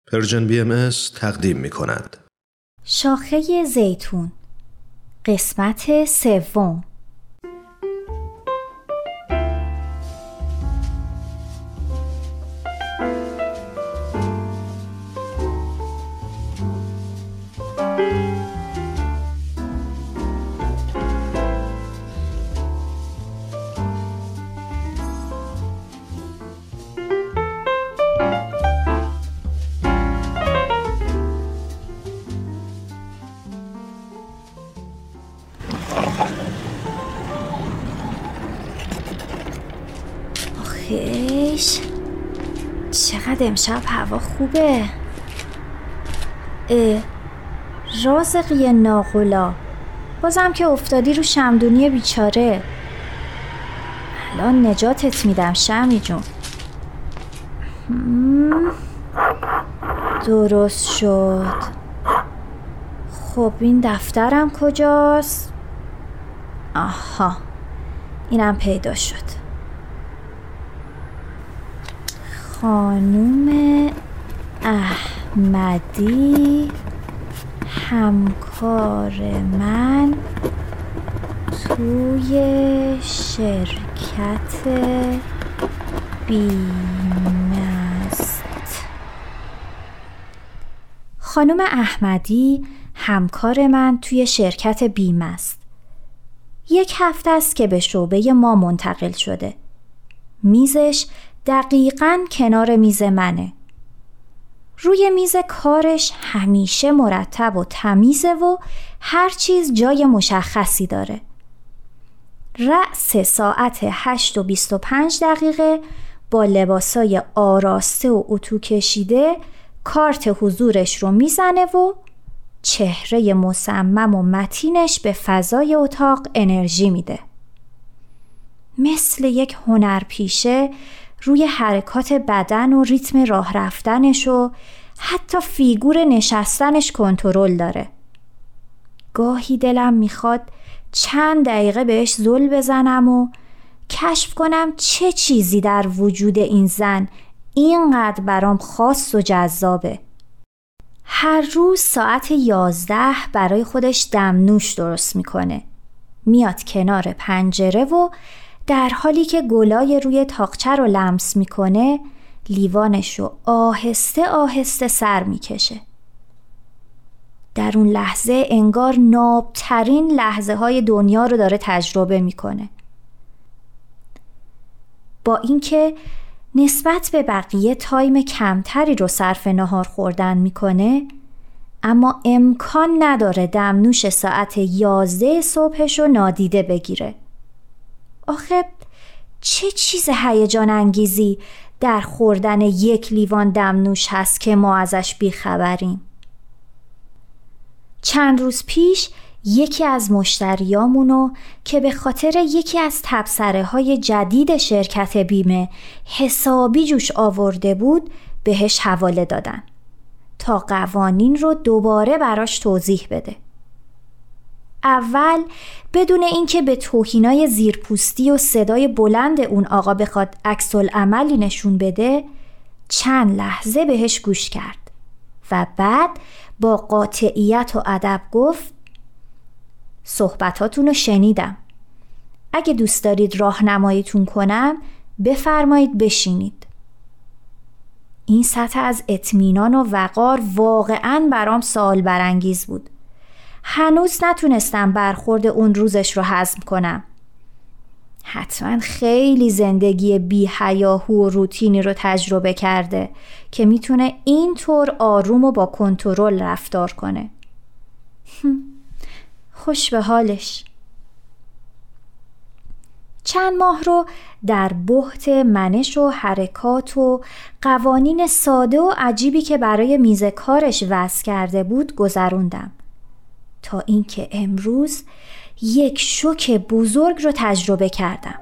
پرژن BMS تقدیم می کند. شاخه زیتون، قسمت سوم. آخیش چقدر امشب هوا خوبه. رازقی ناقلا، بازم که افتادی رو شمدونی بیچاره. الان نجاتت میدم شمی جون. درست شد. خب این دفترم کجاست؟ آها، اینم پیدا شد. خانوم احمدی، همکار من توی شرکت بیمه است. خانوم احمدی همکار من توی شرکت بیمه است. 1 هفته است که به شعبه ما منتقل شده. میزش دقیقاً کنار میز منه. روی میز کارش همیشه مرتب و تمیزه و هر چیز جای مشخصی داره. رأس ساعت 8:25 با لباسای آراسته و اتو کشیده کارت حضورش رو میزنه و چهره مصمم و متینش به فضای اتاق انرژی میده. مثل یک هنرپیشه روی حرکات بدن و ریتم راه رفتنش و حتی فیگور نشستنش کنترل داره. گاهی دلم میخواد چند دقیقه بهش زل بزنم و کشف کنم چه چیزی در وجود این زن اینقدر برام خاص و جذابه. هر روز ساعت 11 برای دمنوش دمنوش درست میکنه. میاد کنار پنجره و در حالی که گلای روی تاقچه رو لمس میکنه لیوانش رو آهسته آهسته سر میکشه. در اون لحظه انگار نابترین لحظه های دنیا رو داره تجربه میکنه. با اینکه نسبت به بقیه تایم کمتری رو صرف نهار خوردن میکنه، اما امکان نداره دمنوش ساعت 11 صبحش رو نادیده بگیره. آخه چه چیز هیجان انگیزی در خوردن 1 لیوان دمنوش هست که ما ازش بیخبریم؟ چند روز پیش یکی از مشتریامونو که به خاطر یکی از تبصره های جدید شرکت بیمه حسابی جوش آورده بود بهش حواله دادن تا قوانین رو دوباره براش توضیح بده. اول بدون اینکه به توهینای زیرپوستی و صدای بلند اون آقا بخواد عکس‌العملی نشون بده، چند لحظه بهش گوش کرد و بعد با قاطعیت و ادب گفت: صحبتاتون رو شنیدم. اگه دوست دارید راهنماییتون کنم بفرمایید بشینید. این سطح از اطمینان و وقار واقعاً برام سوال برانگیز بود. هنوز نتونستم برخورد اون روزش رو هضم کنم. حتما خیلی زندگی بی هیاهو و روتینی رو تجربه کرده که میتونه اینطور آروم و با کنترل رفتار کنه. خوش به حالش. چند ماه رو در بحت منش و حرکات و قوانین ساده و عجیبی که برای میز کارش وضع کرده بود گذروندم تا اینکه امروز یک شوک بزرگ رو تجربه کردم.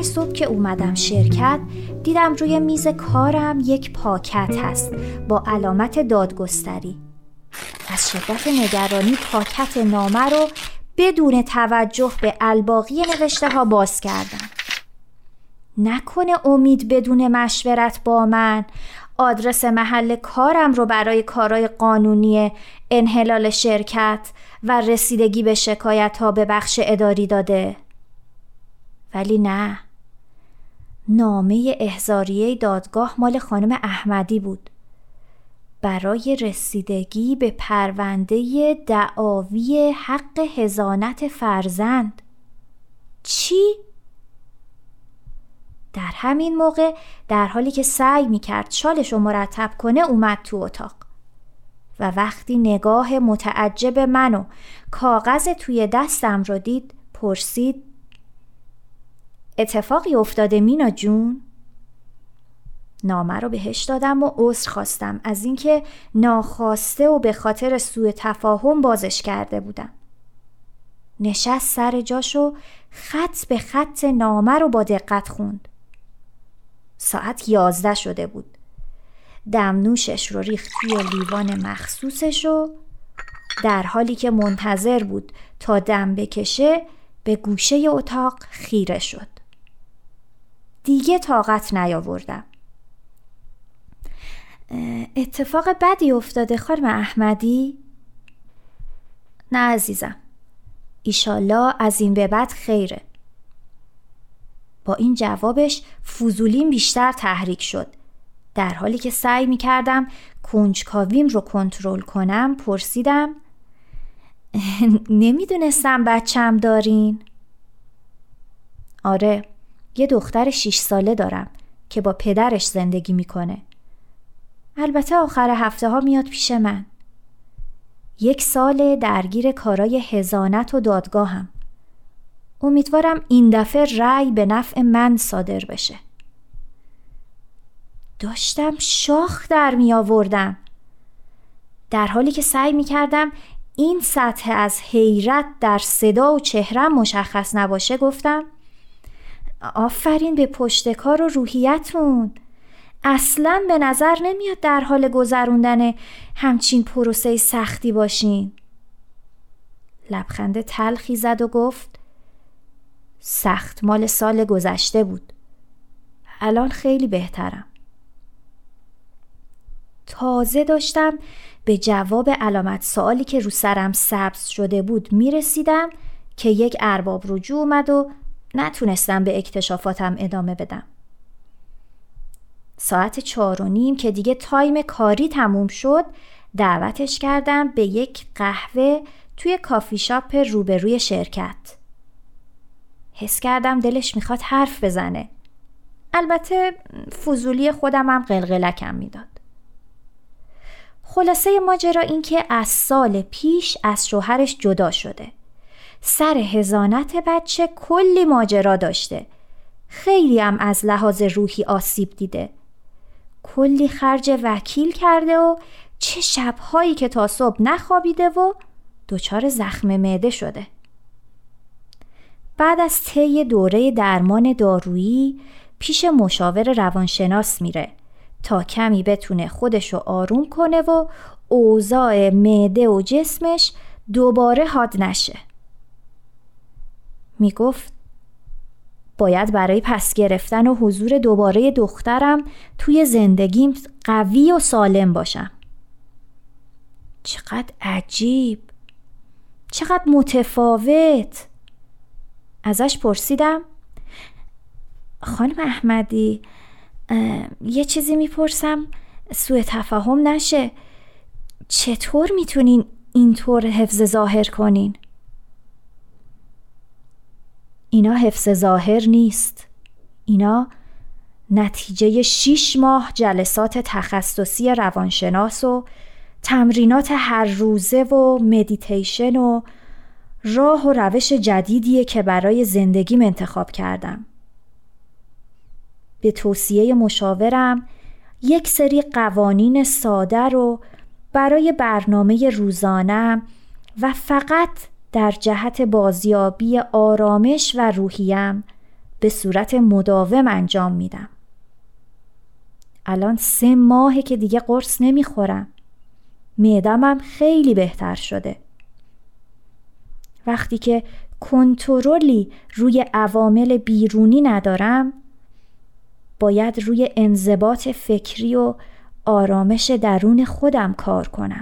صبح که اومدم شرکت دیدم روی میز کارم یک پاکت هست با علامت دادگستری. از شدت نگرانی پاکت نامه رو بدون توجه به الباقی نوشته ها باز کردم. نکنه امید بدون مشورت با من آدرس محل کارم رو برای کارهای قانونی انحلال شرکت و رسیدگی به شکایت ها به بخش اداری داده. ولی نه، نامه احضاریه دادگاه مال خانم احمدی بود برای رسیدگی به پرونده دعاوی حق حضانت فرزند. چی؟ در همین موقع در حالی که سعی می‌کرد شالش رو مرتب کنه اومد تو اتاق و وقتی نگاه متعجب من و کاغذ توی دستم رو دید پرسید: اتفاقی افتاده مینا جون؟ نامه رو بهش دادم و عذر خواستم از اینکه ناخواسته و به خاطر سوء تفاهم بازش کرده بودم. نشست سر جاش و خط به خط نامه رو با دقت خوند. ساعت 11 شده بود. دمنوشش رو ریخت توی لیوان مخصوصش و در حالی که منتظر بود تا دم بکشه به گوشه اتاق خیره شد. دیگه طاقت نیاوردم. اتفاق بدی افتاده خانم احمدی؟ نه عزیزم، ایشالله از این به بعد خیره. با این جوابش فضولیم بیشتر تحریک شد. در حالی که سعی می کردم کنجکاویم رو کنترل کنم پرسیدم: نمیدونستم بچم دارین؟ آره، یه دختر 6 ساله دارم که با پدرش زندگی میکنه. البته آخر هفته ها میاد پیش من. 1 سال درگیر کارای حضانت و دادگاهم. امیدوارم این دفعه رأی به نفع من صادر بشه. داشتم شاخ در می آوردم. در حالی که سعی می کردم این سطح از حیرت در صدا و چهرم مشخص نباشه گفتم: آفرین به پشتکار و روحیتون. اصلاً به نظر نمیاد در حال گذروندن همچین پروسه سختی باشین. لبخند تلخی زد و گفت: سخت مال سال گذشته بود. الان خیلی بهترم. تازه داشتم به جواب علامت سوالی که رو سرم سبز شده بود میرسیدم که یک ارباب رجوع اومد و نتونستم به اکتشافاتم ادامه بدم. ساعت 4:30 که دیگه تایم کاری تموم شد دعوتش کردم به یک قهوه توی کافی شاپ روبروی شرکت. حس کردم دلش میخواد حرف بزنه. البته فضولی خودم هم قلقلکم میداد. خلاصه ماجرا این که از سال پیش از شوهرش جدا شده. سر حضانت بچه کلی ماجرا داشته. خیلی هم از لحاظ روحی آسیب دیده. کلی خرج وکیل کرده و چه شبهایی که تا صبح نخوابیده و دچار زخم معده شده. بعد از طی دوره درمان دارویی پیش مشاور روانشناس میره تا کمی بتونه خودشو آروم کنه و اوضاع معده و جسمش دوباره حاد نشه. میگفت باید برای پس گرفتن و حضور دوباره دخترم توی زندگیم قوی و سالم باشم. چقدر عجیب، چقدر متفاوت. ازش پرسیدم: خانم احمدی، یه چیزی میپرسم سوء تفاهم نشه. چطور میتونین اینطور حفظ ظاهر کنین؟ اینا حفظ ظاهر نیست. اینا نتیجه 6 ماه جلسات تخصصی روانشناس و تمرینات هر روزه و مدیتیشن و راه و روش جدیدیه که برای زندگیم انتخاب کردم. به توصیه مشاورم یک سری قوانین ساده رو برای برنامه روزانه‌ام و فقط در جهت بازیابی آرامش و روحیم به صورت مداوم انجام میدم. الان 3 ماهه که دیگه قرص نمیخورم. معده‌م خیلی بهتر شده. وقتی که کنترلی روی عوامل بیرونی ندارم، باید روی انضباط فکری و آرامش درون خودم کار کنم.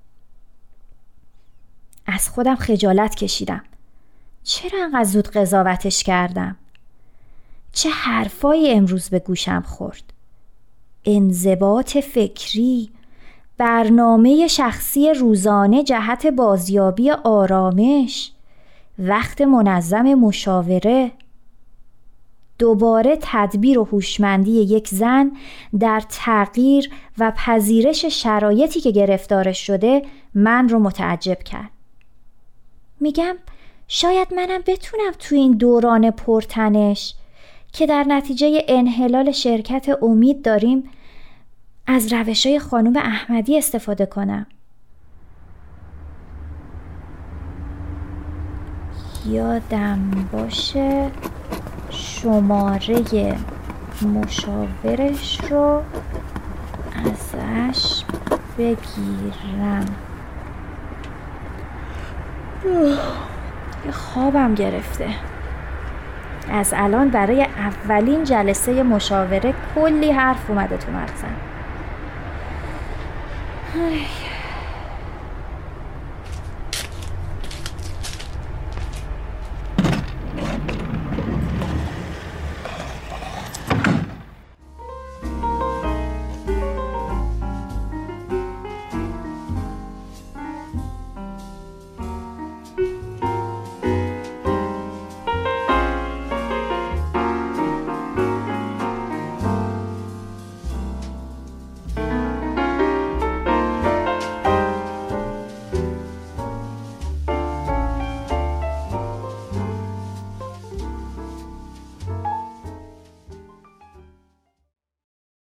از خودم خجالت کشیدم. چرا انقدر زود قضاوتش کردم؟ چه حرفایی امروز به گوشم خورد؟ انضباط فکری، برنامه شخصی روزانه جهت بازیابی آرامش، وقت منظم مشاوره. دوباره تدبیر و هوشمندی یک زن در تغییر و پذیرش شرایطی که گرفتارش شده من رو متعجب کرد. میگم شاید منم بتونم تو این دوران پرتنش که در نتیجه انحلال شرکت امید داریم از روش‌های خانم احمدی استفاده کنم. یادم باشه شماره مشاورش رو ازش بگیرم. خوابم گرفته. از الان برای اولین جلسه مشاوره کلی حرف اومده تو مغزم.